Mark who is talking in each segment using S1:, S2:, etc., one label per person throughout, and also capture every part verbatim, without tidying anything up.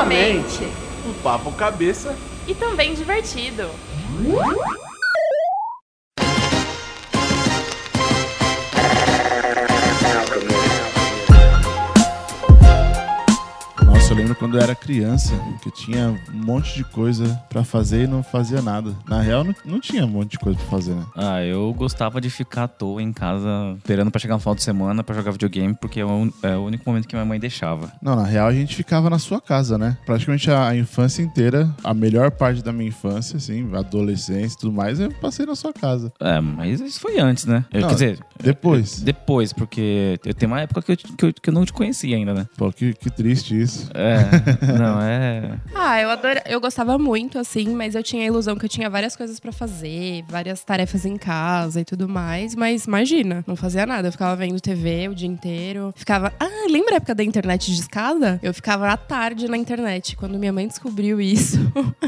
S1: Exatamente.
S2: Um papo cabeça
S1: e também divertido.
S3: Nossa, eu lembro quando eu era criança, que eu tinha um monte de coisa pra fazer e não fazia nada. Na real, não, não tinha um monte de coisa pra fazer, né?
S4: Ah, eu gostava de ficar à toa em casa, esperando pra chegar no final de semana pra jogar videogame, porque é o, é o único momento que minha mãe deixava.
S3: Não, na real, a gente ficava na sua casa, né? Praticamente a, a infância inteira, a melhor parte da minha infância, assim, adolescência e tudo mais, eu passei na sua casa.
S4: É, mas isso foi antes, né? Eu,
S3: Não,
S4: quer dizer...
S3: depois.
S4: Eu, depois, porque eu tenho uma época que eu, que eu, que eu não te conhecia ainda, né?
S3: Pô, que, que triste isso.
S4: É, não, é...
S1: Ah, eu adoro, eu gostava muito, assim, mas eu tinha a ilusão que eu tinha várias coisas pra fazer, várias tarefas em casa e tudo mais, mas imagina, não fazia nada, eu ficava vendo T V o dia inteiro, ficava... Ah, lembra a época da internet de escada? Eu ficava à tarde na internet, quando minha mãe descobriu isso.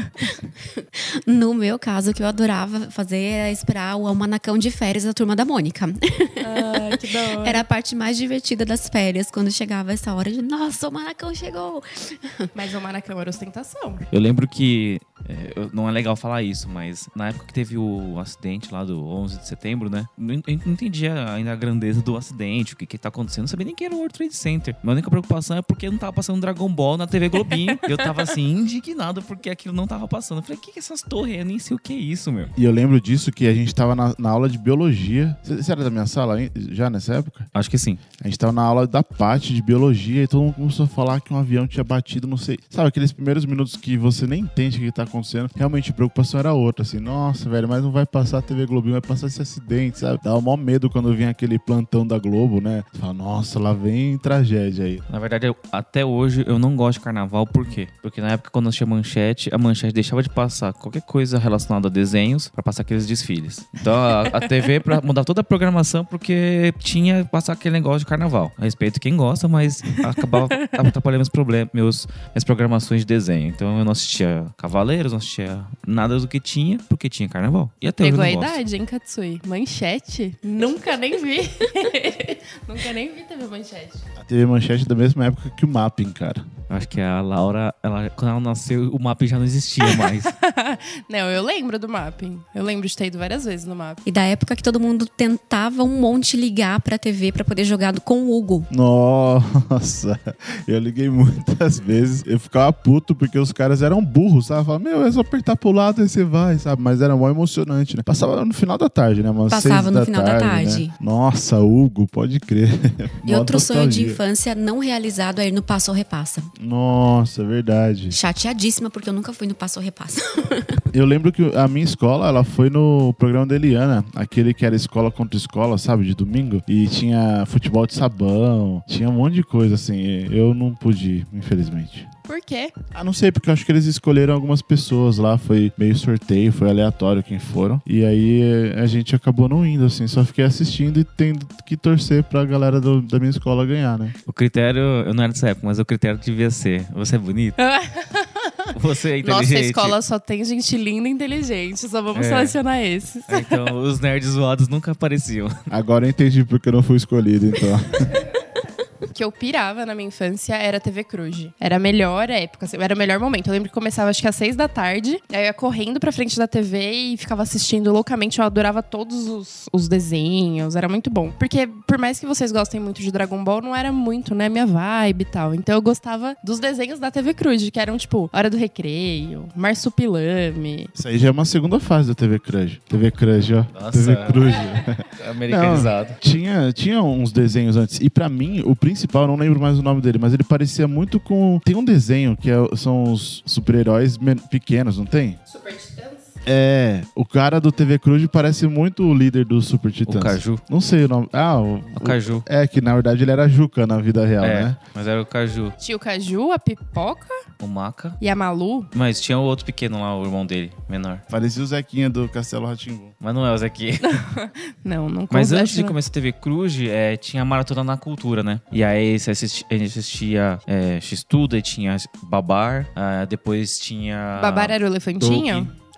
S5: No meu caso, o que eu adorava fazer era esperar o almanacão de férias da Turma da Mônica.
S1: Ai, que da hora.
S5: Era a parte mais divertida das férias, quando chegava essa hora de, nossa, o almanacão chegou.
S1: Mas o Manacão era ostentação.
S4: Eu lembro que, é, não é legal falar isso, mas na época que teve o acidente lá do onze de setembro, né? Eu não entendia ainda a grandeza do acidente, o que que tá acontecendo. Eu não sabia nem que era o World Trade Center. Minha única preocupação é porque não tava passando Dragon Ball na T V Globinho. Eu tava assim, indignado porque aquilo não tava passando. Eu falei, o que que é essas torres? Eu nem sei o que é isso, meu.
S3: E eu lembro disso que a gente tava na, na aula de biologia. Você era da minha sala já nessa época?
S4: Acho que sim.
S3: A gente tava na aula da Paty de biologia e todo mundo começou a falar que um avião tinha batido, não sei. Sabe, aqueles primeiros minutos que você nem entende o que tá acontecendo. Realmente a preocupação era outra, assim. Nossa, velho, mas não vai passar a T V Globinho, vai passar esse acidente, sabe? Dava o maior medo quando vinha aquele plantão da Globo, né? Você fala, nossa, lá vem tragédia aí.
S4: Na verdade, eu, até hoje eu não gosto de carnaval, por quê? Porque na época quando nós tinha manchete, a manchete deixava de passar qualquer coisa relacionada a desenhos pra passar aqueles desfiles. Então a, a T V pra mudar toda a programação porque tinha que passar aquele negócio de carnaval. A respeito de quem gosta, mas acabava atrapalhando meus problemas, meus, minhas programações de desenho. Então eu não assistia Cavaleiros, não assistia nada do que tinha, porque tinha carnaval. E até
S1: Pegou
S4: hoje eu
S1: a
S4: não gosto.
S1: idade, hein, Katsui? Manchete? Nunca nem vi. Nunca nem vi T V Manchete.
S3: A T V Manchete é da mesma época que o Mapping, cara.
S4: Eu acho que a Laura, ela, quando ela nasceu, o mapa já não existia mais.
S1: Não, eu lembro do Mapping. Eu lembro de ter ido várias vezes no Mapping.
S5: E da época que todo mundo tentava um monte ligar pra T V pra poder jogar com o Hugo.
S3: Nossa, eu liguei muitas vezes. Eu ficava puto porque os caras eram burros, sabe? Eu falava, meu, é só apertar pro lado e você vai, sabe? Mas era mó emocionante, né? Passava no final da tarde, né? Umas
S5: Passava
S3: seis
S5: no
S3: da
S5: final
S3: tarde,
S5: da tarde.
S3: Né? Nossa, Hugo, pode crer.
S5: E
S3: Mó
S5: outro sonho de
S3: nostalgia.
S5: infância não realizado é ir no Passo ou Repassa.
S3: Nossa, verdade.
S5: Chateadíssima porque eu nunca fui no Passo ou Repassa.
S3: Eu lembro que a minha escola, ela foi no programa da Eliana, aquele que era escola contra escola, sabe, de domingo. E tinha futebol de sabão, tinha um monte de coisa, assim. Eu não pude ir, infelizmente.
S1: Por quê?
S3: Ah, não sei, porque eu acho que eles escolheram algumas pessoas lá, foi meio sorteio, foi aleatório quem foram. E aí a gente acabou não indo, assim, só fiquei assistindo e tendo que torcer pra galera do, da minha escola ganhar, né?
S4: O critério, eu não era dessa época, mas o critério devia ser: você é bonito? Você é inteligente?
S1: Nossa, a escola só tem gente linda e inteligente. Só vamos
S4: É.
S1: selecionar esses.
S4: Então, os nerds zoados nunca apareciam.
S3: Agora eu entendi porque eu não fui escolhido, então.
S1: O que eu pirava na minha infância era a T V Cruz. Era a melhor época, assim, era o melhor momento. Eu lembro que começava acho que às seis da tarde. Aí eu ia correndo pra frente da T V e ficava assistindo loucamente. Eu adorava todos os, os desenhos. Era muito bom. Porque por mais que vocês gostem muito de Dragon Ball, não era muito, né, minha vibe e tal. Então eu gostava dos desenhos da T V Cruz, que eram tipo Hora do Recreio, Marsupilame.
S3: Isso aí já é uma segunda fase da T V Cruz. T V Cruz, ó.
S4: Nossa.
S3: T V Cruz.
S4: Americanizado.
S3: Não, tinha, tinha uns desenhos antes. E pra mim, o principal, eu não lembro mais o nome dele, mas ele parecia muito com... Tem um desenho que é- são os super-heróis men- pequenos, não tem?
S1: Super Titãs?
S3: É, o cara do T V Cruz parece muito o líder do Super Titãs.
S4: O Caju.
S3: Não sei o nome. Ah, o,
S4: O Caju.
S3: É, que na verdade ele era Juca na vida real,
S4: É,
S3: né?
S4: mas era o Caju.
S1: Tinha o Caju, a Pipoca
S4: O Maca.
S1: e a Malu.
S4: Mas tinha o outro pequeno lá, o irmão dele, menor.
S3: Parecia o Zequinha do Castelo Rá-Tim-Bum.
S4: Mas não é o Zequinha.
S1: Não, não
S4: Mas
S1: compete,
S4: antes de
S1: não.
S4: começar a T V Cruz, é, tinha a Maratona na Cultura, né? E aí você assisti- a gente assistia é, X-Tudo, aí tinha Babar, ah, depois tinha...
S1: Babar era o elefantinho?
S4: Doug.
S1: Ai,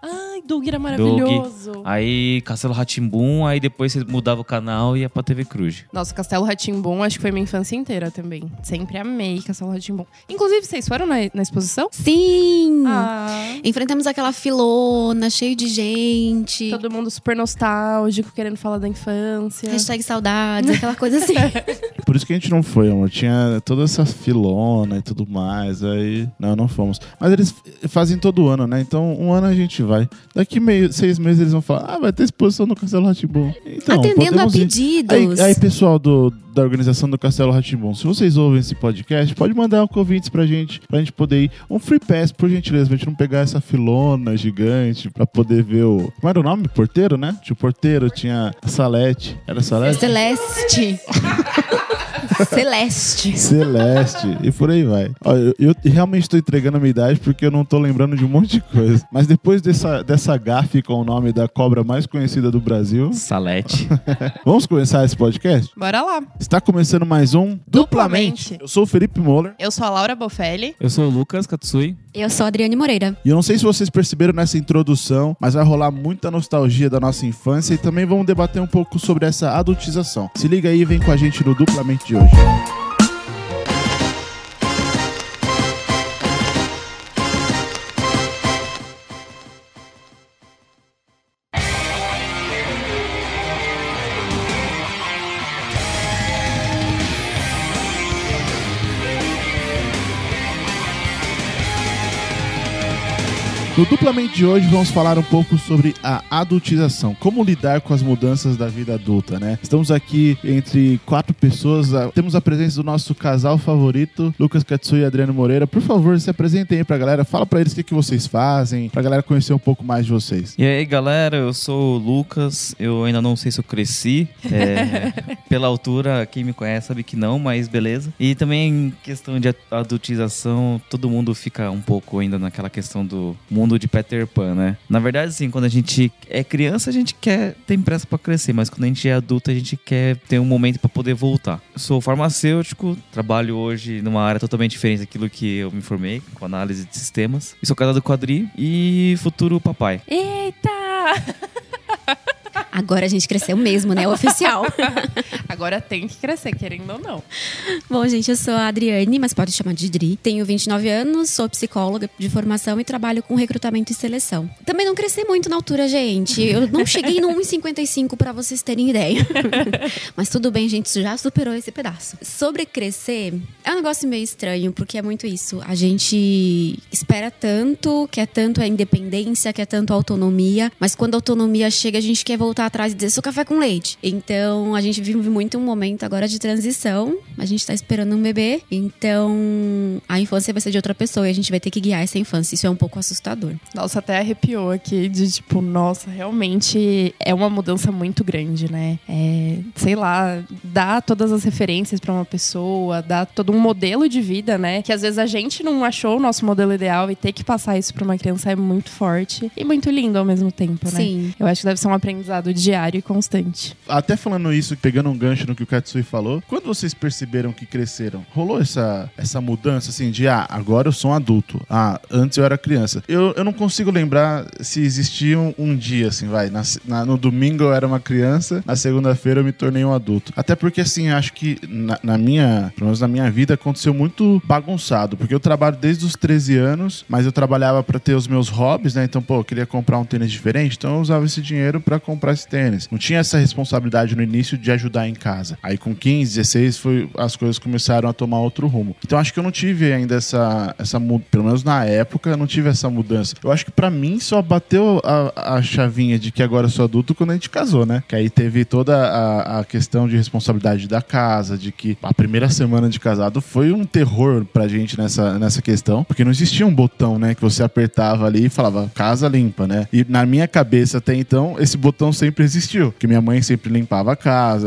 S1: Doug era maravilhoso.
S4: Aí Castelo Rá-Tim-Bum, aí depois você mudava o canal e ia pra T V Cruz.
S1: Nossa, Castelo Rá-Tim-Bum acho que foi minha infância inteira também. Sempre amei Castelo Rá-Tim-Bum. Inclusive, vocês foram na, na exposição?
S5: Sim!
S1: Ah,
S5: Enfrentamos aquela filona, cheio de gente.
S1: todo mundo super nostálgico, querendo falar da infância.
S5: Hashtag saudades, aquela coisa assim.
S3: Por isso que a gente não foi, amor. Tinha toda essa filona e tudo mais. Aí, não, não fomos. Mas eles fazem todo ano, né? Então, um ano a gente vai. Daqui meio, seis meses eles vão falar, ah, vai ter exposição no Castelo Rá-Tim-Bum. Então,
S5: Atendendo a
S3: podemos ir.
S5: pedidos.
S3: Aí, aí, pessoal do, da organização do Castelo Rá-Tim-Bum, se vocês ouvem esse podcast, pode mandar um convite pra gente, pra gente poder ir. Um free pass, por gentileza, pra gente não pegar essa filona gigante, pra poder ver o... Como era o nome? Porteiro, né? Tinha o Porteiro, tinha a Salete. Era Salete?
S5: Celeste. Celeste.
S3: Celeste. E por aí vai. Ó, eu, eu realmente tô entregando a minha idade porque eu não tô lembrando de um monte de coisa. Mas depois dessa, dessa gafe com o nome da cobra mais conhecida do Brasil,
S4: Salete.
S3: vamos começar esse podcast?
S1: Bora lá.
S3: Está começando mais um
S1: Duplamente.
S3: Eu sou o Felipe Moller.
S1: Eu sou a Laura Bofelli.
S4: Eu sou o Lucas Katsui.
S5: Eu sou a Adriane Moreira.
S3: E eu não sei se vocês perceberam nessa introdução, mas vai rolar muita nostalgia da nossa infância e também vamos debater um pouco sobre essa adultização. Se liga aí e vem com a gente no Duplamente de hoje. No Duplamente de hoje vamos falar um pouco sobre a adultização, como lidar com as mudanças da vida adulta, né? Estamos aqui entre quatro pessoas, temos a presença do nosso casal favorito, Lucas Katsui e Adriano Moreira. Por favor, se apresentem aí pra galera, fala pra eles o que, que vocês fazem, pra galera conhecer um pouco mais de vocês.
S4: E aí, galera, eu sou o Lucas. Eu ainda não sei se eu cresci. É, pela altura, quem me conhece sabe que não, mas beleza. E também em questão de adultização, todo mundo fica um pouco ainda naquela questão do mundo de Peter Pan, né? Na verdade, assim, quando a gente é criança, a gente quer ter pressa pra crescer, mas quando a gente é adulto, a gente quer ter um momento pra poder voltar. Eu sou farmacêutico, trabalho hoje numa área totalmente diferente daquilo que eu me formei, com análise de sistemas. E sou casado com a Adri e futuro papai.
S1: Eita!
S5: Agora a gente cresceu mesmo, né? Oficial.
S1: Agora tem que crescer, querendo ou não.
S5: Bom, gente, eu sou a Adriane, mas pode chamar de Dri. Tenho vinte e nove anos, sou psicóloga de formação e trabalho com recrutamento e seleção. Também não cresci muito na altura, gente. Eu não cheguei no um e cinquenta e cinco pra vocês terem ideia. Mas tudo bem, gente, já superou esse pedaço. Sobre crescer, é um negócio meio estranho, porque é muito isso. A gente espera tanto, quer tanto a independência, quer tanto a autonomia, mas quando a autonomia chega, a gente quer voltar atrás e dizer, sou café com leite. Então, a gente vive muito um momento agora de transição. A gente tá esperando um bebê. Então, a infância vai ser de outra pessoa e a gente vai ter que guiar essa infância. Isso é um pouco assustador.
S1: Nossa, até arrepiou aqui de tipo, nossa, realmente é uma mudança muito grande, né? É, sei lá, dá todas as referências pra uma pessoa, dá todo um modelo de vida, né? Que às vezes a gente não achou o nosso modelo ideal e ter que passar isso pra uma criança é muito forte e muito lindo ao mesmo tempo, né?
S5: Sim.
S1: Eu acho que deve ser um aprendizado diário e constante.
S3: Até falando isso, pegando um gancho no que o Katsui falou, quando vocês perceberam que cresceram, rolou essa, essa mudança assim de, ah, agora eu sou um adulto, ah, antes eu era criança. Eu, eu não consigo lembrar se existia um, um dia, assim, vai, na, na, no domingo eu era uma criança, na segunda-feira eu me tornei um adulto. Até porque, assim, acho que na, na minha, pelo menos na minha vida, aconteceu muito bagunçado, porque eu trabalho desde os treze anos, mas eu trabalhava pra ter os meus hobbies, né, então, pô, eu queria comprar um tênis diferente, então eu usava esse dinheiro pra comprar esse tênis. Não tinha essa responsabilidade no início de ajudar em casa. Aí com quinze, dezesseis, foi, as coisas começaram a tomar outro rumo. Então acho que eu não tive ainda essa, essa pelo menos na época, eu não tive essa mudança. Eu acho que pra mim só bateu a, a chavinha de que agora eu sou adulto quando a gente casou, né? Que aí teve toda a, a questão de responsabilidade da casa, de que a primeira semana de casado foi um terror pra gente nessa, nessa questão, porque não existia um botão, né? Que você apertava ali e falava, casa limpa, né? E na minha cabeça até então, esse botão sempre existiu, porque minha mãe sempre limpava a casa. Minha mãe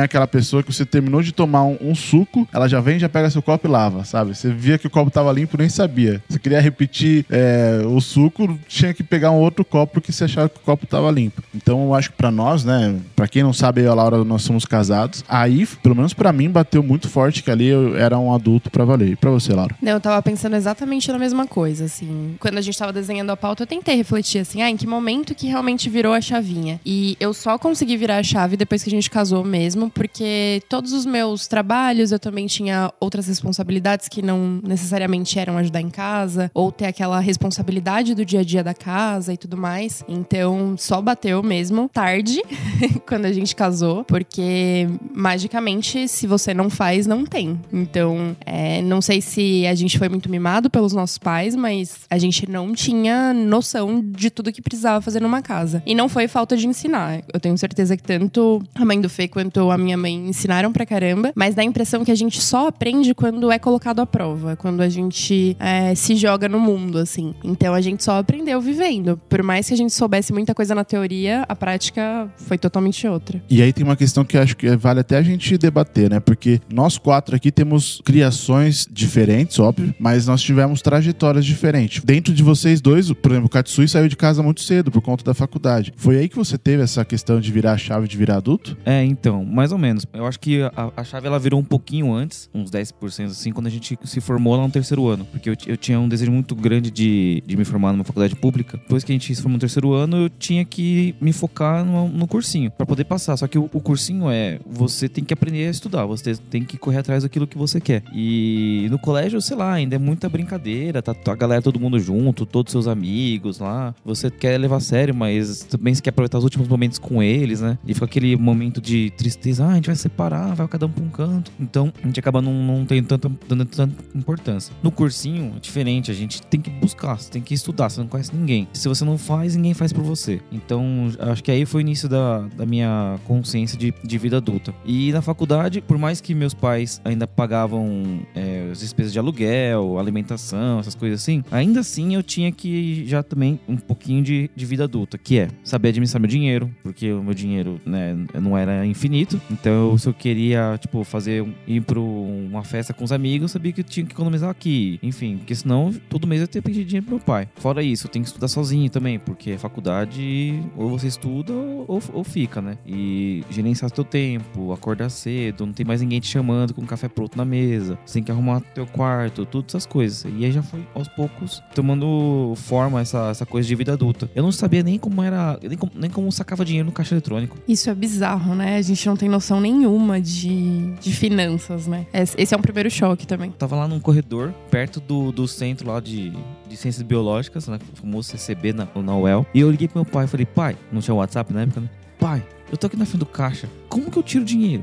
S3: aquela pessoa que você terminou de tomar um, um suco, ela já vem, já pega seu copo e lava, sabe? Você via que o copo tava limpo, nem sabia. Você queria repetir é, o suco, tinha que pegar um outro copo porque você achava que o copo tava limpo. Então eu acho que pra nós, né, pra quem não sabe, eu e a Laura, nós somos casados. Aí, pelo menos pra mim, bateu muito forte que ali eu era um adulto pra valer. E pra você, Laura?
S1: Não, eu tava pensando exatamente na mesma coisa, assim. Quando a gente tava desenhando a pauta, eu tentei refletir, assim, ah, em que momento que realmente virou a chavinha. E eu só consegui virar a chave depois que a gente casou mesmo, porque todos os meus trabalhos, eu também tinha outras responsabilidades que não necessariamente eram ajudar em casa, ou ter aquela responsabilidade do dia a dia da casa e tudo mais. Então, só bateu mesmo tarde, quando a gente casou, porque magicamente, se você não faz, não tem. Então, é, não sei se a gente foi muito mimado pelos nossos pais, mas a gente não tinha noção de tudo que precisava fazer numa casa. E não foi falta de ensinar. Eu tenho certeza que tanto a mãe do Fê quanto a minha mãe ensinaram pra caramba, mas dá a impressão que a gente só aprende quando é colocado à prova, quando a gente é, se joga no mundo, assim. Então a gente só aprendeu vivendo. Por mais que a gente soubesse muita coisa na teoria, a prática foi totalmente outra.
S3: E aí tem uma questão que eu acho que vale até a gente debater, né? Porque nós quatro aqui temos criações diferentes, óbvio, mas nós tivemos trajetórias diferentes. Dentro de vocês dois, por exemplo, o Katsui saiu de casa muito cedo por conta da faculdade. Foi aí que você teve essa questão de virar a chave, de virar adulto?
S4: É, então, mais ou menos. Eu acho que a, a chave ela virou um pouquinho antes, uns dez por cento assim, quando a gente se formou lá no terceiro ano. Porque eu, eu tinha um desejo muito grande de, de me formar numa faculdade pública. Depois que a gente se formou no terceiro ano, eu tinha que me focar no, no cursinho, pra poder passar. Só que o, o cursinho é, você tem que aprender a estudar, você tem que correr atrás daquilo que você quer. E no colégio, sei lá, ainda é muita brincadeira, tá a galera, todo mundo junto, todos seus amigos lá. Você quer levar a sério, mas também você quer aproveitar os últimos momentos com eles, né? E fica aquele momento de tristeza, ah, a gente vai separar, vai cada um pra um canto. Então, a gente acaba não, não tendo tanta, dando tanta importância. No cursinho, é diferente, a gente tem que buscar, você tem que estudar, você não conhece ninguém. Se você não faz, ninguém faz por você. Então, acho que aí foi o início da, da minha consciência de, de vida adulta. E na faculdade, por mais que meus pais ainda pagavam é, as despesas de aluguel, alimentação, essas coisas assim, ainda assim eu tinha que já também um pouquinho de, de vida adulta, que é saber administrar meu dinheiro, porque o meu dinheiro, né, não era infinito. Então, se eu queria, tipo, fazer um, ir pra uma festa com os amigos, eu sabia que eu tinha que economizar aqui. Enfim, porque senão todo mês eu ia ter que pedir dinheiro pro meu pai. Fora isso, eu tenho que estudar sozinho também, porque a faculdade ou você estuda ou, ou fica, né? E gerenciar seu tempo, acordar cedo, não tem mais ninguém te chamando com um café pronto na mesa, você tem que arrumar teu quarto, todas essas coisas. E aí já foi aos poucos tomando forma essa, essa coisa de vida adulta. Eu não sabia nem como era, nem como, nem como sacava dinheiro no caixa eletrônico.
S1: Isso é bizarro, né? A gente não tem noção nenhuma de, de finanças, né? Esse é um primeiro choque também.
S4: Eu tava lá num corredor, perto do, do centro lá de, de ciências biológicas, né? O famoso C C B na, na U E L. E eu liguei pro meu pai e falei, pai, não tinha WhatsApp na época, né? Pai, eu tô aqui na frente do caixa, como que eu tiro dinheiro?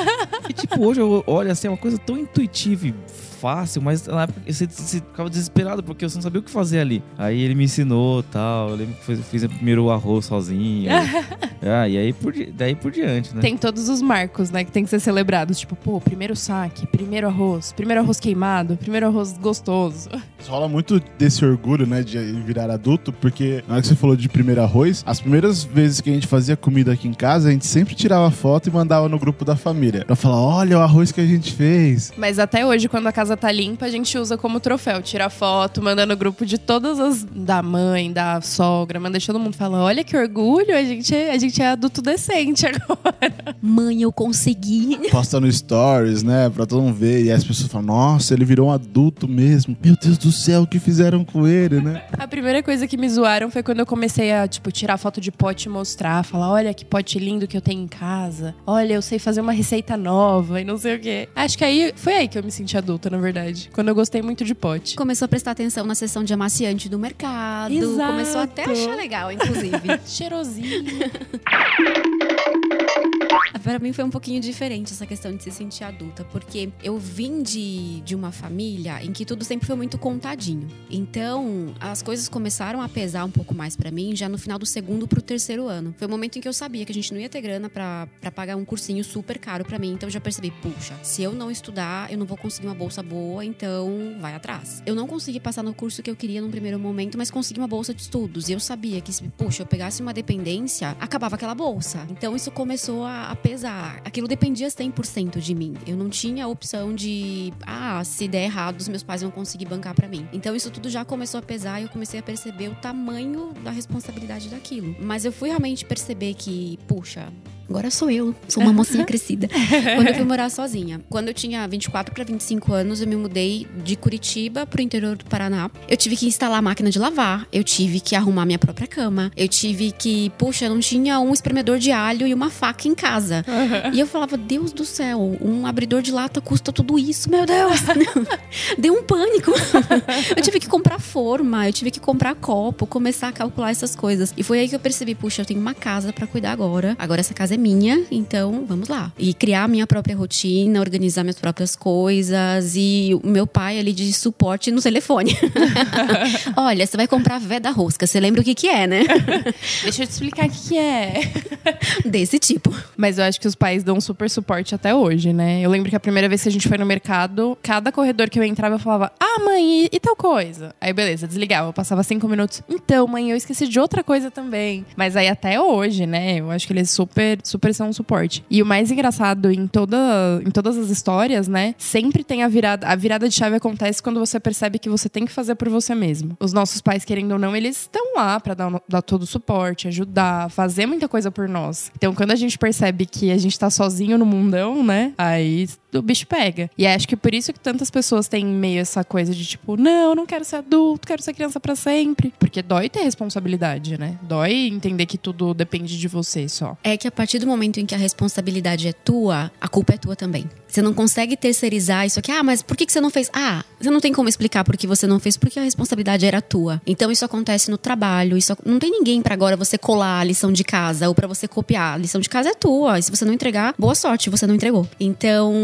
S4: E tipo, hoje eu olho assim, é uma coisa tão intuitiva e fácil, mas na época você, você ficava desesperado porque você não sabia o que fazer ali. Aí ele me ensinou e tal, eu lembro que eu fiz o primeiro arroz sozinho. Ah, e aí por, daí por diante, né?
S1: Tem todos os marcos, né, que tem que ser celebrados. Tipo, pô, primeiro saque, primeiro arroz, primeiro arroz queimado, primeiro arroz gostoso.
S3: Rola muito desse orgulho, né, de virar adulto, porque na hora que você falou de primeiro arroz, as primeiras vezes que a gente fazia comida aqui em casa, a gente sempre tirava foto e mandava no grupo da família. Pra falar, olha o arroz que a gente fez.
S1: Mas até hoje, quando a casa tá limpa, a gente usa como troféu. Tira foto, manda no grupo de todas as... Da mãe, da sogra, manda todo mundo falando, olha que orgulho, a gente, a gente é adulto decente agora.
S5: Mãe, eu consegui.
S3: Posta no stories, né, pra todo mundo ver. E as pessoas falam, nossa, ele virou um adulto mesmo. Meu Deus do céu, o que fizeram com ele, né?
S1: A primeira coisa que me zoaram foi quando eu comecei a, tipo, tirar foto de pote e mostrar. Falar, olha que pote lindo que eu tenho em casa. Olha, eu sei fazer uma receita nova e não sei o quê. Acho que aí, foi aí que eu me senti adulta, na verdade. Quando eu gostei muito de pote.
S5: Começou a prestar atenção na seção de amaciante do mercado.
S1: Exato.
S5: Começou até a achar legal, inclusive.
S1: Cheirosinho.
S5: Para mim foi um pouquinho diferente essa questão de se sentir adulta, porque eu vim de, de uma família em que tudo sempre foi muito contadinho. Então, as coisas começaram a pesar um pouco mais pra mim já no final do segundo pro terceiro ano. Foi o momento em que eu sabia que a gente não ia ter grana pra, pra pagar um cursinho super caro pra mim. Então, eu já percebi, puxa, se eu não estudar, eu não vou conseguir uma bolsa boa, então vai atrás. Eu não consegui passar no curso que eu queria num primeiro momento, mas consegui uma bolsa de estudos. E eu sabia que, se, puxa, eu pegasse uma dependência, acabava aquela bolsa. Então, isso começou a pesar. Aquilo dependia cem por cento de mim. Eu não tinha a opção de, ah, se der errado, os meus pais vão conseguir bancar pra mim. Então isso tudo já começou a pesar e eu comecei a perceber o tamanho da responsabilidade daquilo. Mas eu fui realmente perceber que, puxa, agora sou eu, sou uma mocinha crescida. Quando eu fui morar sozinha. Quando eu tinha vinte e quatro para vinte e cinco anos, eu me mudei de Curitiba pro interior do Paraná. Eu tive que instalar a máquina de lavar, eu tive que arrumar minha própria cama, eu tive que, puxa, eu não tinha um espremedor de alho e uma faca em casa. Uhum. E eu falava, Deus do céu, um abridor de lata custa tudo isso, meu Deus. Deu um pânico. Eu tive que comprar forma, eu tive que comprar copo, começar a calcular essas coisas. E foi aí que eu percebi, puxa, eu tenho uma casa pra cuidar agora. Agora essa casa é minha, então vamos lá. E criar a minha própria rotina, organizar minhas próprias coisas. E o meu pai ali de suporte no telefone. Olha, você vai comprar vé da rosca, você lembra o que que é, né?
S1: Deixa eu te explicar o que que é.
S5: Desse tipo.
S1: Mas eu acho que os pais dão super suporte até hoje, né? Eu lembro que a primeira vez que a gente foi no mercado, cada corredor que eu entrava, eu falava, ah, mãe, e, e tal coisa? Aí beleza, desligava, eu passava cinco minutos. Então, mãe, eu esqueci de outra coisa também. Mas aí até hoje, né? Eu acho que eles super, super são um suporte. E o mais engraçado em, toda, em todas as histórias, né? Sempre tem a virada. A virada de chave acontece quando você percebe que você tem que fazer por você mesmo. Os nossos pais, querendo ou não, eles estão lá pra dar, dar todo o suporte, ajudar, fazer muita coisa por nós. Então, quando a gente percebe que a gente tá sozinho no mundão, né? Aí o bicho pega. E acho que por isso que tantas pessoas têm meio essa coisa de tipo, não, eu não quero ser adulto, quero ser criança pra sempre. Porque dói ter responsabilidade, né? Dói entender que tudo depende de você só.
S5: É que a partir do momento em que a responsabilidade é tua, a culpa é tua também. Você não consegue terceirizar isso aqui. Ah, mas por que você não fez? Ah, você não tem como explicar por que você não fez, porque a responsabilidade era tua. Então isso acontece no trabalho. Isso não tem ninguém pra agora você colar a lição de casa ou pra você copiar. A lição de casa é tua. E se você não entregar, boa sorte, você não entregou. Então,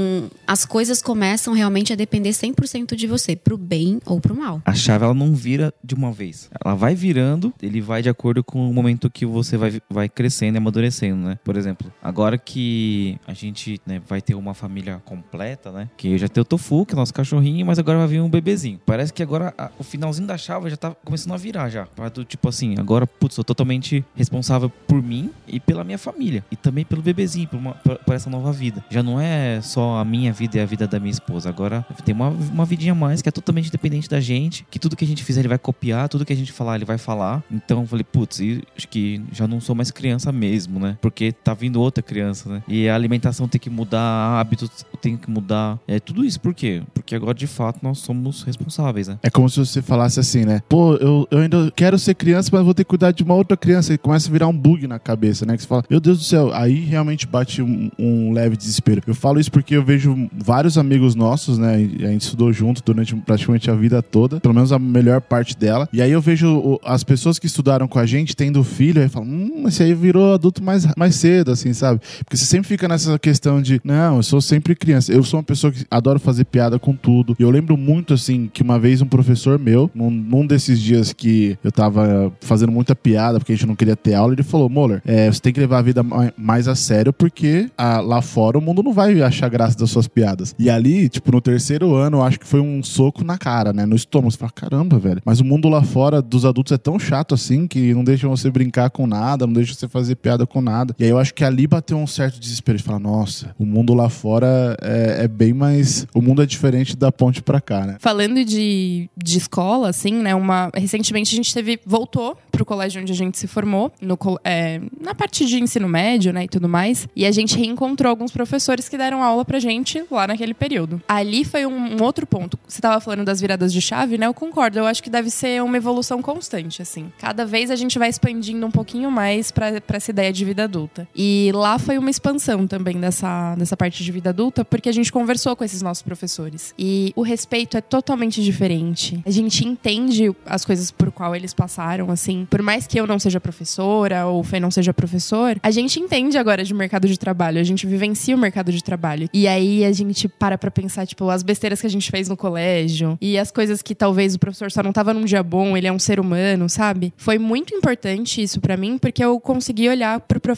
S5: as coisas começam realmente a depender cem por cento de você, pro bem ou pro mal.
S4: A chave, ela não vira de uma vez. Ela vai virando, ele vai de acordo com o momento que você vai, vai crescendo e amadurecendo, né? Por exemplo, agora que a gente, né, vai ter uma família completa, né? Que já tem o Tofu, que é o nosso cachorrinho, mas agora vai vir um bebezinho. Parece que agora a, o finalzinho da chave já tá começando a virar já. Do, tipo assim, agora, putz, eu tô totalmente responsável por mim e pela minha família. E também pelo bebezinho, por, uma, por, por essa nova vida. Já não é só a minha vida e a vida da minha esposa. Agora tem uma, uma vidinha a mais que é totalmente independente da gente, que tudo que a gente fizer ele vai copiar, tudo que a gente falar ele vai falar. Então eu falei, putz, acho que já não sou mais criança mesmo, né? Porque tá vindo outra criança, né? E a alimentação tem que mudar, hábitos tem que mudar. É tudo isso por quê? Porque agora de fato nós somos responsáveis, né?
S3: É como se você falasse assim, né? Pô, eu, eu ainda quero ser criança, mas vou ter que cuidar de uma outra criança. E começa a virar um bug na cabeça, né? Que você fala, meu Deus do céu, aí realmente bate um, um leve desespero. Eu falo isso porque eu vejo vários amigos nossos, né? A gente estudou junto durante praticamente a vida toda, pelo menos a melhor parte dela. E aí eu vejo as pessoas que estudaram com a gente tendo filho, aí eu falo, hum, esse aí virou adulto mais, mais cedo, assim, sabe? Porque você sempre fica nessa questão de, não, eu sou sempre criança. Eu sou uma pessoa que adoro fazer piada com tudo. E eu lembro muito, assim, que uma vez um professor meu, num, num desses dias que eu tava fazendo muita piada, porque a gente não queria ter aula, ele falou, Moller, é, você tem que levar a vida mais a sério, porque a, lá fora o mundo não vai achar graça das suas piadas. E ali, tipo, no terceiro ano, eu acho que foi um soco na cara, né? No estômago. Você fala, caramba, velho. Mas o mundo lá fora dos adultos é tão chato assim, que não deixa você brincar com nada, não deixa você fazer piada com nada. E aí eu acho que ali bateu um certo desespero de falar, nossa, o mundo lá fora é, é bem mais... O mundo é diferente da ponte pra cá, né?
S1: Falando de, de escola, assim, né? Uma, recentemente a gente teve... Voltou pro colégio onde a gente se formou, no, é, na parte de ensino médio, né? E tudo mais. E a gente reencontrou alguns professores que deram aula pra gente lá naquele período. Ali foi um, um outro ponto. Você tava falando das viradas de chave, né? Eu concordo. Eu acho que deve ser uma evolução constante, assim. Cada vez a gente vai expandindo um pouquinho mais pra, pra essa ideia de vida adulta. E lá foi uma expansão também dessa, dessa parte de vida adulta, porque a gente conversou com esses nossos professores. E o respeito é totalmente diferente. A gente entende as coisas por qual eles passaram, assim. Por mais que eu não seja professora, ou o Fê não seja professor, a gente entende agora de mercado de trabalho. A gente vivencia o mercado de trabalho. E aí a gente para pra pensar, tipo, as besteiras que a gente fez no colégio. E as coisas que talvez o professor só não tava num dia bom, ele é um ser humano, sabe? Foi muito importante isso pra mim, porque eu consegui olhar pro, prof...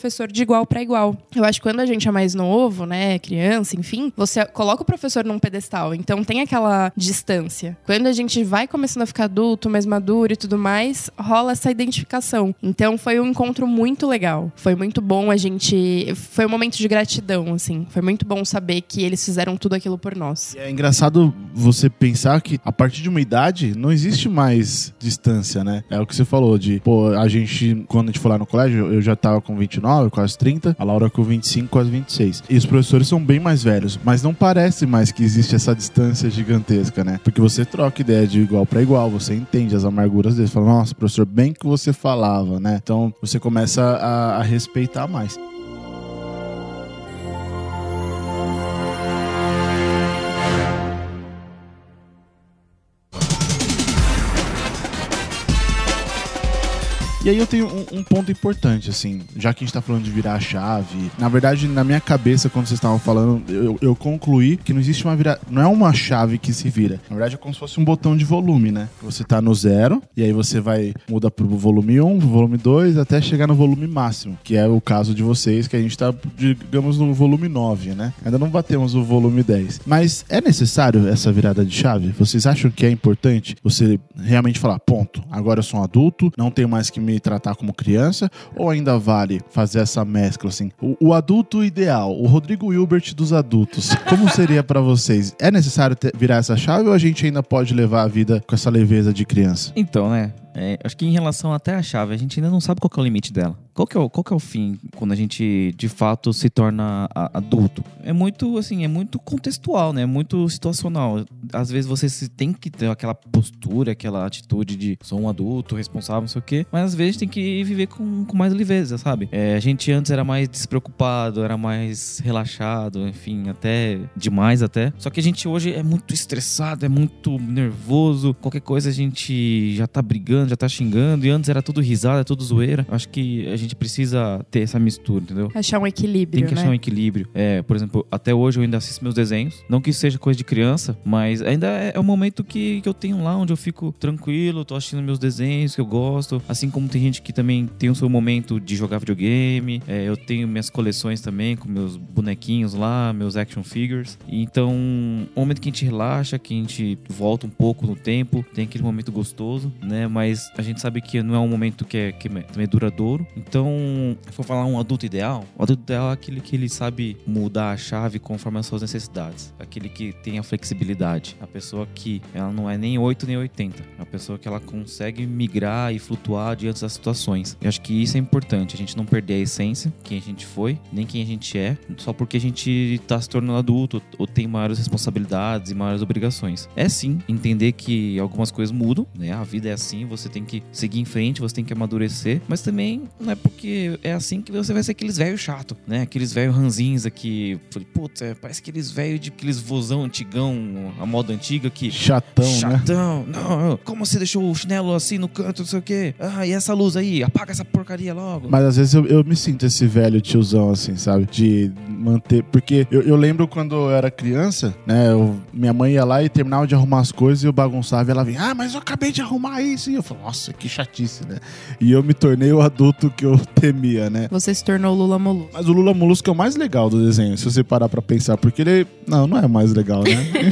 S1: professor de igual para igual. Eu acho que quando a gente é mais novo, né, criança, enfim, você coloca o professor num pedestal, então tem aquela distância. Quando a gente vai começando a ficar adulto, mais maduro e tudo mais, rola essa identificação. Então foi um encontro muito legal. Foi muito bom a gente... Foi um momento de gratidão, assim. Foi muito bom saber que eles fizeram tudo aquilo por nós.
S3: E é engraçado você pensar que a partir de uma idade não existe mais distância, né? É o que você falou de, pô, a gente, quando a gente foi lá no colégio, eu já tava com vinte e nove, quase trinta, a Laura com vinte e cinco, quase vinte e seis. E os professores são bem mais velhos, mas não parece mais que existe essa distância gigantesca, né? Porque você troca ideia de igual para igual, você entende as amarguras deles, fala, nossa, professor, bem que você falava, né? Então você começa a, a respeitar mais. E aí eu tenho um, um ponto importante, assim, já que a gente tá falando de virar a chave. Na verdade, na minha cabeça, quando vocês estavam falando, eu, eu concluí que não existe uma virada, não é uma chave que se vira. Na verdade, é como se fosse um botão de volume, né? Você tá no zero, e aí você vai, muda pro volume um, pro volume dois, até chegar no volume máximo, que é o caso de vocês, que a gente tá, digamos, no volume nove, né? Ainda não batemos o volume dez. Mas é necessário essa virada de chave? Vocês acham que é importante você realmente falar, ponto, agora eu sou um adulto, não tenho mais que me tratar como criança, ou ainda vale fazer essa mescla assim? O, o adulto ideal, o Rodrigo Hilbert dos adultos, como seria pra vocês? É necessário ter, virar essa chave ou a gente ainda pode levar a vida com essa leveza de criança?
S4: Então, né? É, acho que em relação até à chave, a gente ainda não sabe qual que é o limite dela. Qual que é o, qual que é o fim quando a gente, de fato, se torna a, adulto? É muito, assim, é muito contextual, né? É muito situacional. Às vezes você se tem que ter aquela postura, aquela atitude de sou um adulto, responsável, não sei o quê. Mas às vezes tem que viver com, com mais leveza, sabe? É, a gente antes era mais despreocupado, era mais relaxado, enfim, até demais até. Só que a gente hoje é muito estressado, é muito nervoso. Qualquer coisa a gente já tá brigando, já tá xingando, e antes era tudo risada, tudo zoeira. Acho que a gente precisa ter essa mistura, entendeu?
S1: Achar um equilíbrio,
S4: Tem que achar
S1: né?
S4: um equilíbrio. É, por exemplo, até hoje eu ainda assisto meus desenhos. Não que isso seja coisa de criança, mas ainda é, é um momento que, que eu tenho lá, onde eu fico tranquilo, tô assistindo meus desenhos que eu gosto. Assim como tem gente que também tem o seu momento de jogar videogame. É, eu tenho minhas coleções também, com meus bonequinhos lá, meus action figures. Então, um momento que a gente relaxa, que a gente volta um pouco no tempo, tem aquele momento gostoso, né? Mas Mas a gente sabe que não é um momento que é, que é duradouro. Então, se for falar um adulto ideal, o adulto ideal é aquele que ele sabe mudar a chave conforme as suas necessidades. Aquele que tem a flexibilidade. A pessoa que ela não é nem oito nem oitenta. É a pessoa que ela consegue migrar e flutuar diante das situações. Eu acho que isso é importante. A gente não perder a essência, quem a gente foi, nem quem a gente é, só porque a gente tá se tornando adulto ou tem maiores responsabilidades e maiores obrigações. É sim entender que algumas coisas mudam, né? A vida é assim, você tem que seguir em frente, você tem que amadurecer, mas também não é porque é assim que você vai ser aqueles velhos chato, né? Aqueles velhos ranzinza que, putz, é, parece aqueles velhos de aqueles vozão antigão, a moda antiga que...
S3: Chatão,
S4: Chatão,
S3: né?
S4: Não, como você deixou o chinelo assim no canto, não sei o quê? Ah, e essa luz aí? Apaga essa porcaria logo.
S3: Mas às vezes eu, eu me sinto esse velho tiozão, assim, sabe? De manter... Porque eu, eu lembro quando eu era criança, né? Eu, minha mãe ia lá e terminava de arrumar as coisas e eu bagunçava e ela vinha, ah, mas eu acabei de arrumar isso. E eu falei, nossa, que chatice, né? E eu me tornei o adulto que eu temia, né?
S1: Você se tornou o Lula Molusco.
S3: Mas o Lula Molusco é o mais legal do desenho, se você parar pra pensar. Porque ele... Não, não é o mais legal, né?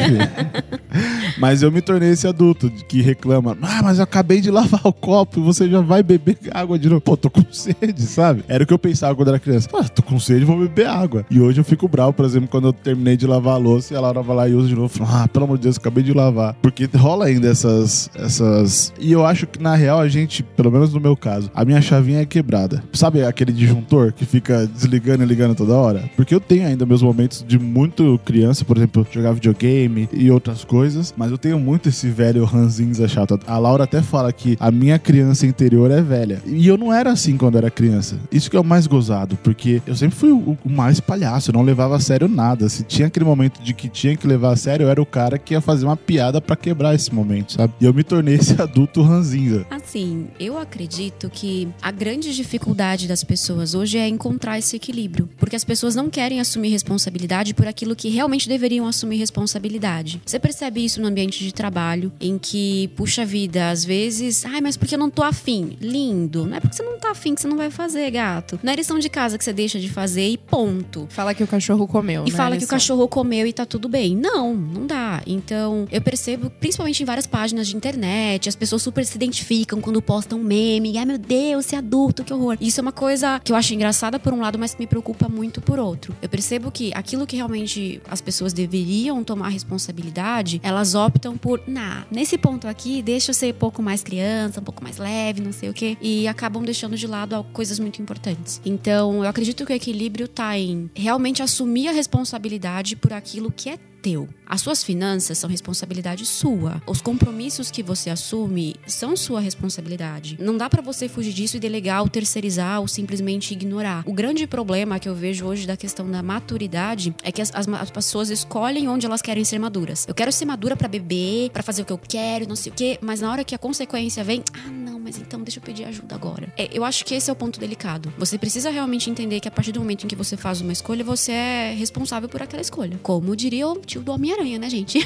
S3: Enfim. Mas eu me tornei esse adulto que reclama, ah, mas eu acabei de lavar o copo e você já vai beber água de novo. Pô, tô com sede, sabe? Era o que eu pensava quando era criança. Ah, tô com sede, vou beber água. E hoje eu fico bravo, por exemplo, quando eu terminei de lavar a louça e a Laura vai lá e usa de novo. Falo, ah, pelo amor de Deus, acabei de lavar. Porque rola ainda essas, essas... E eu acho que, na real, a gente, pelo menos no meu caso, a minha chavinha é quebrada. Sabe aquele disjuntor que fica desligando e ligando toda hora? Porque eu tenho ainda meus momentos de muito criança, por exemplo, jogar videogame e outras coisas, mas eu tenho muito esse velho ranzinza chato. A Laura até fala que a minha criança interior é velha. E eu não era assim quando era criança. Isso que é o mais gozado, porque eu sempre fui o, o mais palhaço, eu não levava a sério nada. Se tinha aquele momento de que tinha que levar a sério, eu era o cara que ia fazer uma piada pra quebrar esse momento, sabe? E eu me tornei esse adulto ranzinza.
S5: Assim, eu acredito que a grande dificuldade das pessoas hoje é encontrar esse equilíbrio. Porque as pessoas não querem assumir responsabilidade por aquilo que realmente deveriam assumir responsabilidade. Você percebe isso no ambiente ambiente de trabalho em que, puxa vida, às vezes, ai, mas porque eu não tô afim? Lindo. Não é porque você não tá afim que você não vai fazer, gato. Não é lição de casa que você deixa de fazer e ponto.
S1: Fala que o cachorro comeu,
S5: E
S1: né?
S5: fala que o
S1: lição.
S5: cachorro comeu e tá tudo bem. Não, não dá. Então, eu percebo, principalmente em várias páginas de internet, as pessoas super se identificam quando postam meme. Ai, meu Deus, ser adulto, que horror. Isso é uma coisa que eu acho engraçada por um lado, mas que me preocupa muito por outro. Eu percebo que aquilo que realmente as pessoas deveriam tomar responsabilidade, elas optam por, nah, nesse ponto aqui, deixa eu ser um pouco mais criança, um pouco mais leve, não sei o quê. E acabam deixando de lado coisas muito importantes. Então, eu acredito que o equilíbrio tá em realmente assumir a responsabilidade por aquilo que é teu. As suas finanças são responsabilidade sua. Os compromissos que você assume são sua responsabilidade. Não dá pra você fugir disso e delegar ou terceirizar ou simplesmente ignorar. O grande problema que eu vejo hoje da questão da maturidade é que as, as, as pessoas escolhem onde elas querem ser maduras. Eu quero ser madura pra beber, pra fazer o que eu quero, não sei o quê, mas na hora que a consequência vem, ah, não, mas então deixa eu pedir ajuda agora. É, eu acho que esse é o ponto delicado. Você precisa realmente entender que a partir do momento em que você faz uma escolha, você é responsável por aquela escolha. Como diria o tio do Homem-Aranha, né, gente?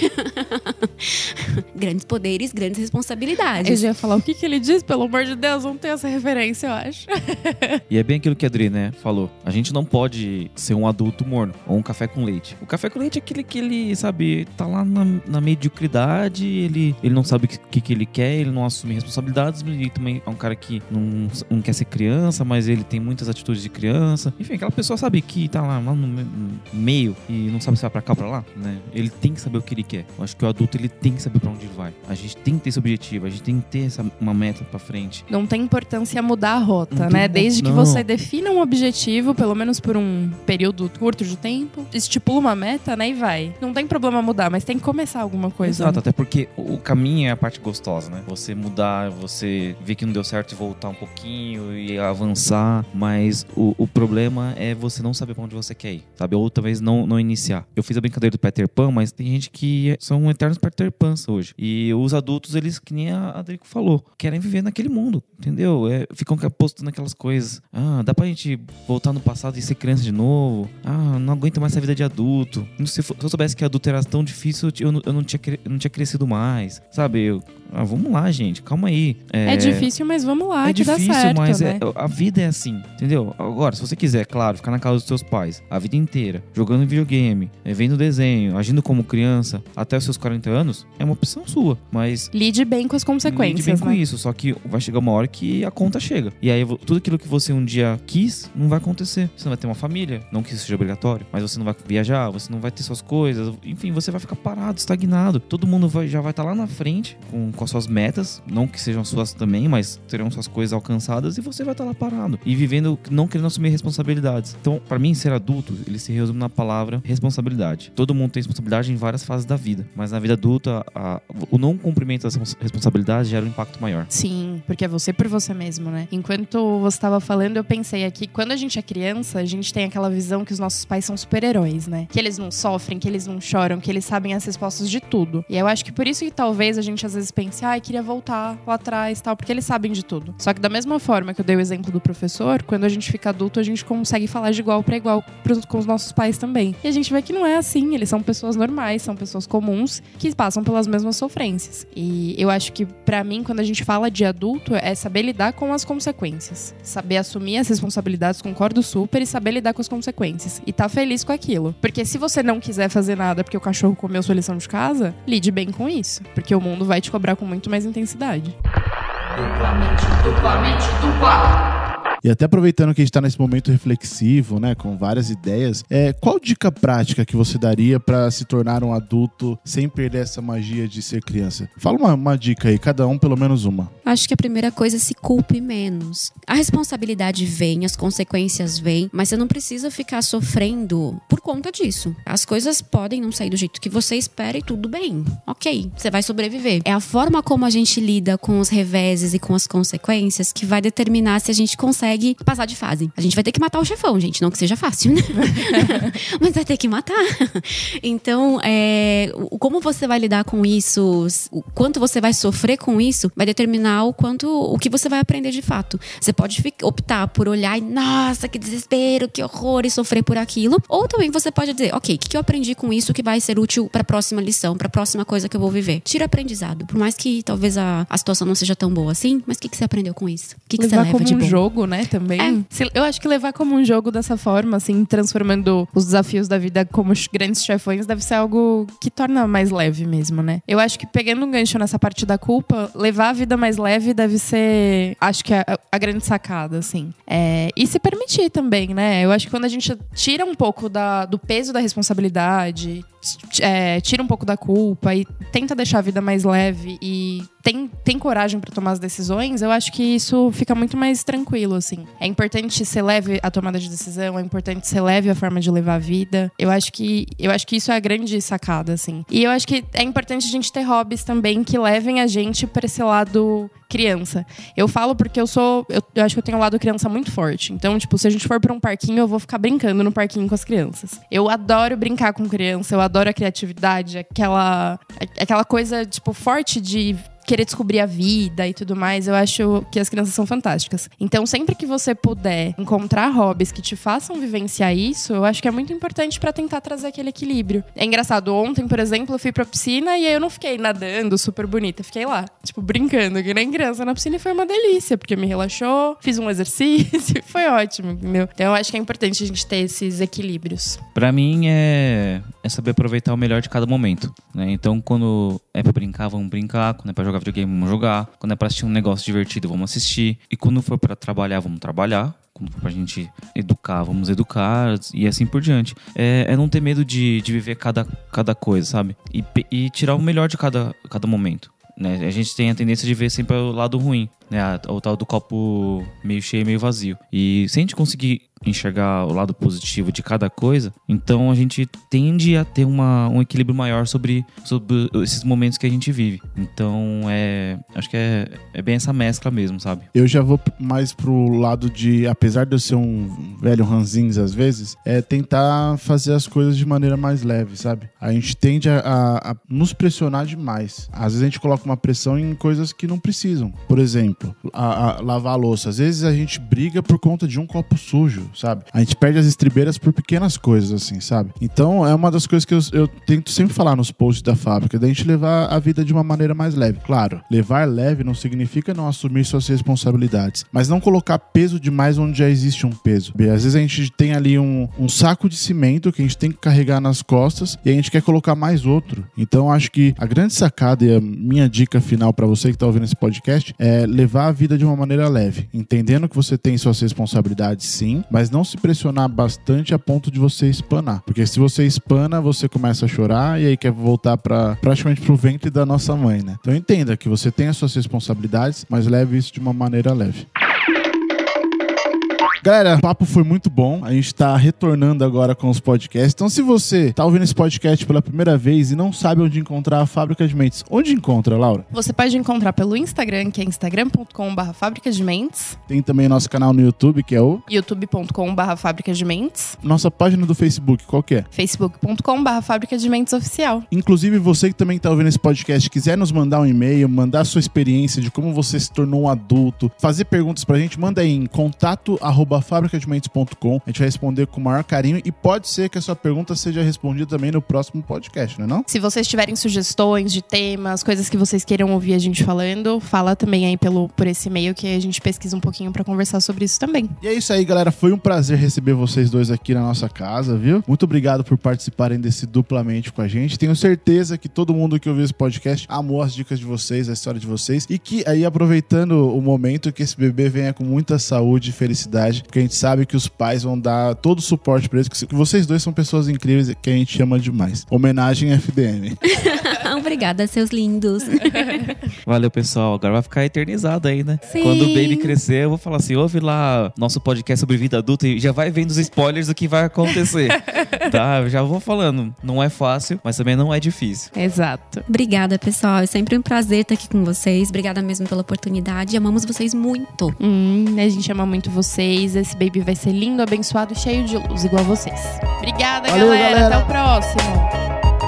S5: Grandes poderes, grandes responsabilidades.
S1: Eu já ia falar o que, que ele diz, pelo amor de Deus, não tem essa referência, eu acho.
S4: E é bem aquilo que a Adri, né, falou. A gente não pode ser um adulto morno ou um café com leite. O café com leite é aquele que ele, sabe, tá lá na, na mediocridade, ele, ele não sabe o que, que ele quer, ele não assume responsabilidades, ele também é um cara que não, não quer ser criança, mas ele tem muitas atitudes de criança. Enfim, aquela pessoa, sabe, que tá lá, lá no meio e não sabe se vai pra cá ou pra lá, né? Ele tem que saber o que ele quer. Eu acho que o adulto, ele tem que saber pra onde ele vai. A gente tem que ter esse objetivo, a gente tem que ter essa, uma meta pra frente.
S1: Não tem importância mudar a rota,
S4: Não
S1: né?
S4: tem-
S1: Desde que
S4: não.
S1: você defina um objetivo, pelo menos por um período curto de tempo, estipula uma meta, né? E vai. Não tem problema mudar, mas tem que começar alguma coisa.
S4: Exato,
S1: né?
S4: até porque o caminho é a parte gostosa, né? Você mudar, você ver que não deu certo e voltar um pouquinho e avançar, mas o, o problema é você não saber pra onde você quer ir, sabe? Ou talvez não, não iniciar. Eu fiz a brincadeira do Peter Pan, mas tem gente que são eternos Peter Pans hoje. E os adultos, eles, que nem a Adrico falou, querem viver naquele mundo, entendeu? É, ficam postando aquelas coisas. Ah, dá pra gente voltar no passado e ser criança de novo? Ah, não aguento mais essa vida de adulto. Se eu, se eu soubesse que adulto era tão difícil, eu não, eu não, tinha, eu não tinha crescido mais, sabe? Eu, ah, vamos lá, gente, calma aí.
S1: É, difícil, mas vamos lá,
S4: É
S1: que
S4: difícil,
S1: dá certo,
S4: mas
S1: né?
S4: é, a vida é assim, entendeu? Agora, se você quiser, claro, ficar na casa dos seus pais a vida inteira, jogando videogame, é, vendo desenho, agindo como criança, até os seus quarenta anos, é uma opção sua, mas
S1: Lide bem com as
S4: lide
S1: consequências,
S4: bem com
S1: né?
S4: isso, só que vai chegar uma hora que a conta chega. E aí, tudo aquilo que você um dia quis, não vai acontecer. Você não vai ter uma família, não que isso seja obrigatório, mas você não vai viajar, você não vai ter suas coisas, enfim, você vai ficar parado, estagnado. Todo mundo vai, já vai estar lá na frente, com, com as suas metas, não que sejam suas também, mas terão suas coisas alcançadas e você vai estar lá parado e vivendo, não querendo assumir responsabilidades. Então, pra mim, ser adulto, ele se resume na palavra responsabilidade. Todo mundo tem responsabilidade em várias fases da vida, mas na vida adulta, a, o não cumprimento das responsabilidades gera um impacto maior.
S1: Sim, porque é você por você mesmo, né? Enquanto você estava falando, eu pensei aqui, quando a gente é criança, a gente tem aquela visão que os nossos pais são super-heróis, né? Que eles não sofrem, que eles não choram, que eles sabem as respostas de tudo. E eu acho que por isso que talvez a gente às vezes pense, ai, queria voltar lá atrás, tal, porque eles sabem de tudo. Só que da mesma forma que eu dei o exemplo do professor, quando a gente fica adulto, a gente consegue falar de igual para igual pros, com os nossos pais também. E a gente vê que não é assim, eles são pessoas normais, são pessoas comuns que passam pelas mesmas sofrências. E eu acho que pra mim, quando a gente fala de adulto, é saber lidar com as consequências. Saber assumir as responsabilidades, concordo super, e saber lidar com as consequências. E tá feliz com aquilo. Porque se você não quiser fazer nada porque o cachorro comeu sua lição de casa, lide bem com isso. Porque o mundo vai te cobrar com muito mais intensidade.
S2: Duplamente, duplamente, dupla.
S3: E até aproveitando que a gente tá nesse momento reflexivo, né, com várias ideias, é, qual dica prática que você daria pra se tornar um adulto sem perder essa magia de ser criança? Fala uma, uma dica aí, cada um pelo menos uma.
S5: Acho que a primeira coisa é se culpe menos. A responsabilidade vem, as consequências vêm, mas você não precisa ficar sofrendo por conta disso. As coisas podem não sair do jeito que você espera e tudo bem. Ok, você vai sobreviver. É a forma como a gente lida com os reveses e com as consequências que vai determinar se a gente consegue consegue passar de fase. A gente vai ter que matar o chefão, gente. Não que seja fácil, né? Mas vai ter que matar. Então, é, como você vai lidar com isso, o quanto você vai sofrer com isso, vai determinar o quanto, o que você vai aprender de fato. Você pode optar por olhar e, nossa, que desespero, que horror, e sofrer por aquilo. Ou também você pode dizer, ok, o que eu aprendi com isso que vai ser útil para a próxima lição, para a próxima coisa que eu vou viver? Tira aprendizado. Por mais que talvez a, a situação não seja tão boa assim, mas o que, que você aprendeu com isso? O que, que você leva
S1: como
S5: de
S1: um
S5: bom?
S1: jogo, né, também.
S5: É.
S1: Eu acho que levar como um jogo dessa forma, assim, transformando os desafios da vida como grandes chefões, deve ser algo que torna mais leve mesmo, né? Eu acho que pegando um gancho nessa parte da culpa, levar a vida mais leve deve ser, acho que a, a grande sacada, assim. É, e se permitir também, né? Eu acho que quando a gente tira um pouco da, do peso da responsabilidade, é, tira um pouco da culpa e tenta deixar a vida mais leve e tem, tem coragem pra tomar as decisões, eu acho que isso fica muito mais tranquilo, assim. É importante ser leve a tomada de decisão, é importante ser leve a forma de levar a vida. Eu acho que, eu acho que isso é a grande sacada, assim. E eu acho que é importante a gente ter hobbies também que levem a gente pra esse lado criança. Eu falo porque eu sou... Eu, eu acho que eu tenho um lado criança muito forte. Então, tipo, se a gente for pra um parquinho, eu vou ficar brincando no parquinho com as crianças. Eu adoro brincar com criança, eu adoro a criatividade, aquela, aquela coisa, tipo, forte de querer descobrir a vida e tudo mais. Eu acho que as crianças são fantásticas. Então, sempre que você puder encontrar hobbies que te façam vivenciar isso, eu acho que é muito importante pra tentar trazer aquele equilíbrio. É engraçado, ontem, por exemplo, eu fui pra piscina e aí eu não fiquei nadando super bonita, fiquei lá, tipo, brincando, que nem criança na piscina, e foi uma delícia, porque me relaxou, fiz um exercício, foi ótimo, entendeu? Então, eu acho que é importante a gente ter esses equilíbrios.
S4: Pra mim, é, é saber aproveitar o melhor de cada momento, né? Então, quando é pra brincar, vamos brincar. Quando é pra jogar videogame, vamos jogar. Quando é pra assistir um negócio divertido, vamos assistir. E quando for pra trabalhar, vamos trabalhar. Quando for pra gente educar, vamos educar. E assim por diante. É, é não ter medo de, de viver cada, cada coisa, sabe? E, e tirar o melhor de cada, cada momento, né? A gente tem a tendência de ver sempre o lado ruim, né? O tal do copo meio cheio, meio vazio. E se a gente conseguir enxergar o lado positivo de cada coisa, então a gente tende a ter uma, um equilíbrio maior sobre, sobre esses momentos que a gente vive. Então, é, acho que é, é bem essa mescla mesmo, sabe?
S3: Eu já vou mais pro lado de, apesar de eu ser um velho ranzinhos às vezes, é tentar fazer as coisas de maneira mais leve, sabe? A gente tende a, a, a nos pressionar demais. Às vezes a gente coloca uma pressão em coisas que não precisam. Por exemplo, a, a lavar a louça. Às vezes a gente briga por conta de um copo sujo, sabe? A gente perde as estribeiras por pequenas coisas, assim, sabe? Então, é uma das coisas que eu, eu tento sempre falar nos posts da fábrica, da gente levar a vida de uma maneira mais leve. Claro, levar leve não significa não assumir suas responsabilidades, mas não colocar peso demais onde já existe um peso. Às vezes a gente tem ali um, um saco de cimento que a gente tem que carregar nas costas e a gente quer colocar mais outro. Então, acho que a grande sacada e a minha dica final pra você que tá ouvindo esse podcast é levar a vida de uma maneira leve, entendendo que você tem suas responsabilidades, sim, mas não se pressionar bastante a ponto de você espanar. Porque se você espana, você começa a chorar e aí quer voltar para praticamente pro ventre da nossa mãe, né? Então entenda que você tem as suas responsabilidades, mas leve isso de uma maneira leve. Galera, o papo foi muito bom. A gente tá retornando agora com os podcasts. Então, se você tá ouvindo esse podcast pela primeira vez e não sabe onde encontrar a Fábrica de Mentes, onde encontra, Laura?
S1: Você pode encontrar pelo Instagram, que é instagram ponto com barra fábrica de mentes.
S3: Tem também nosso canal no YouTube, que é o
S1: youtube ponto com barra fábrica de mentes.
S3: Nossa página do Facebook, qual que é?
S1: facebook ponto com barra fábrica de mentes oficial.
S3: Inclusive, você que também tá ouvindo esse podcast, quiser nos mandar um e-mail, mandar a sua experiência de como você se tornou um adulto, fazer perguntas pra gente, manda aí em contato arroba fábrica de mentes ponto com. A gente vai responder com o maior carinho e pode ser que a sua pergunta seja respondida também no próximo podcast, não é não?
S1: Se vocês tiverem sugestões de temas, coisas que vocês queiram ouvir a gente falando, fala também aí pelo, por esse e-mail que a gente pesquisa um pouquinho pra conversar sobre isso também.
S3: E é isso aí, galera. Foi um prazer receber vocês dois aqui na nossa casa, viu? Muito obrigado por participarem desse Duplamente com a gente. Tenho certeza que todo mundo que ouviu esse podcast amou as dicas de vocês, a história de vocês, e que aí, aproveitando o momento, que esse bebê venha com muita saúde e felicidade, porque a gente sabe que os pais vão dar todo o suporte pra eles, que vocês dois são pessoas incríveis que a gente ama demais. Homenagem F D M.
S5: Obrigada. Obrigada, seus lindos.
S4: Valeu, pessoal. Agora vai ficar eternizado aí, né?
S5: Sim.
S4: Quando o Baby crescer, eu vou falar assim, ouve lá nosso podcast sobre vida adulta e já vai vendo os spoilers do que vai acontecer. Tá? Eu já vou falando. Não é fácil, mas também não é difícil.
S1: Exato.
S5: Obrigada, pessoal. É sempre um prazer estar aqui com vocês. Obrigada mesmo pela oportunidade. Amamos vocês muito.
S1: Hum, a gente ama muito vocês. Esse Baby vai ser lindo, abençoado e cheio de luz, igual vocês. Obrigada,
S3: Valeu,
S1: galera.
S3: galera.
S1: Até o próximo.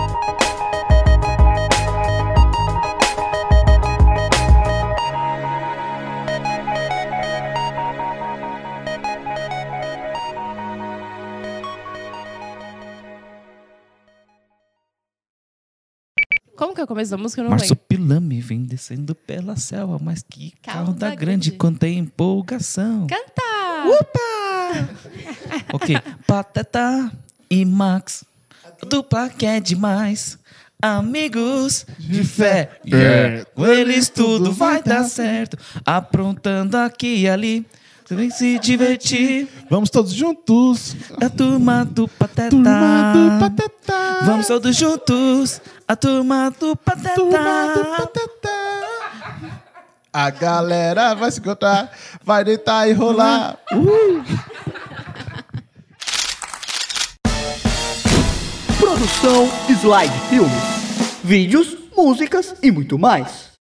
S1: Como que é o começo da música? Eu não lembro.
S4: Marsupilame vem descendo pela selva, mas que carro da grande, quanta empolgação.
S1: Canta!
S4: Opa! Ok, Pateta e Max, dupla que é demais. Amigos de fé, yeah. Com eles tudo vai dar certo. Aprontando aqui e ali, você vem se divertir.
S3: Vamos todos juntos.
S4: A turma do Pateta.
S3: Turma do Pateta.
S4: Vamos todos juntos. A turma do Pateta.
S3: Turma do Pateta. A galera vai se encontrar, vai deitar e rolar. Uh.
S6: Produção Slide Filmes. Vídeos, músicas e muito mais.